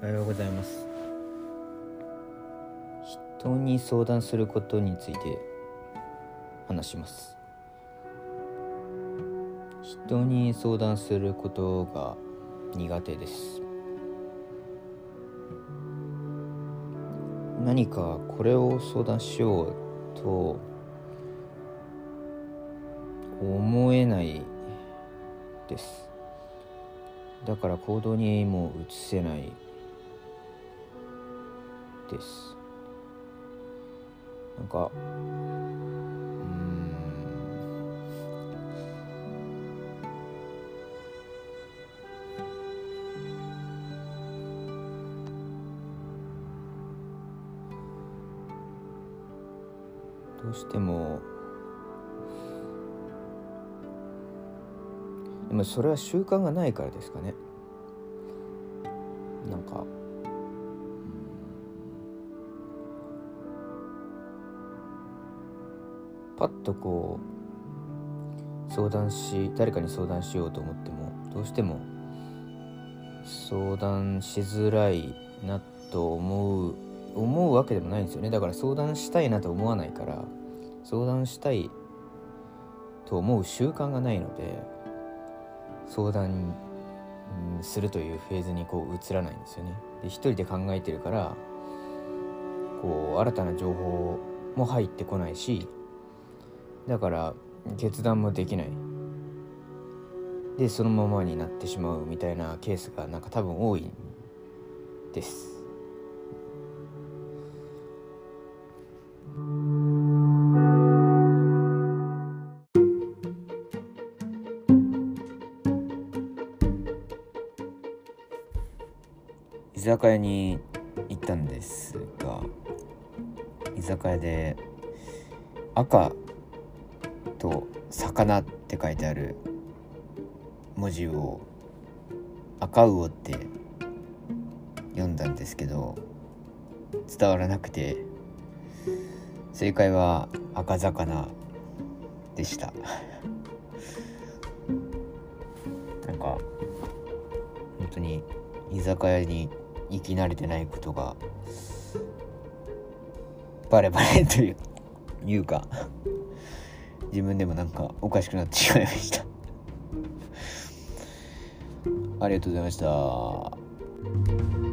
おはようございます。人に相談することについて話します。人に相談することが苦手です。何かこれを相談しようと思えないです。だから行動にも移せないです。なんかどうしてもでもそれは習慣がないからですかね。なんかパッと誰かに相談しようと思ってもどうしても相談しづらいなと思うわけでもないんですよね。だから相談したいなと思わないから相談したいと思う習慣がないので相談するというフェーズに移らないんですよね。で一人で考えてるから新たな情報も入ってこないし、だから決断もできないでそのままになってしまうみたいなケースが多分多いんです。居酒屋に行ったんですが、居酒屋で赤と魚って書いてある文字を赤魚って読んだんですけど伝わらなくて、正解は赤魚でした本当に居酒屋に行き慣れてないことがバレバレというか自分でもおかしくなってしまいましたありがとうございました。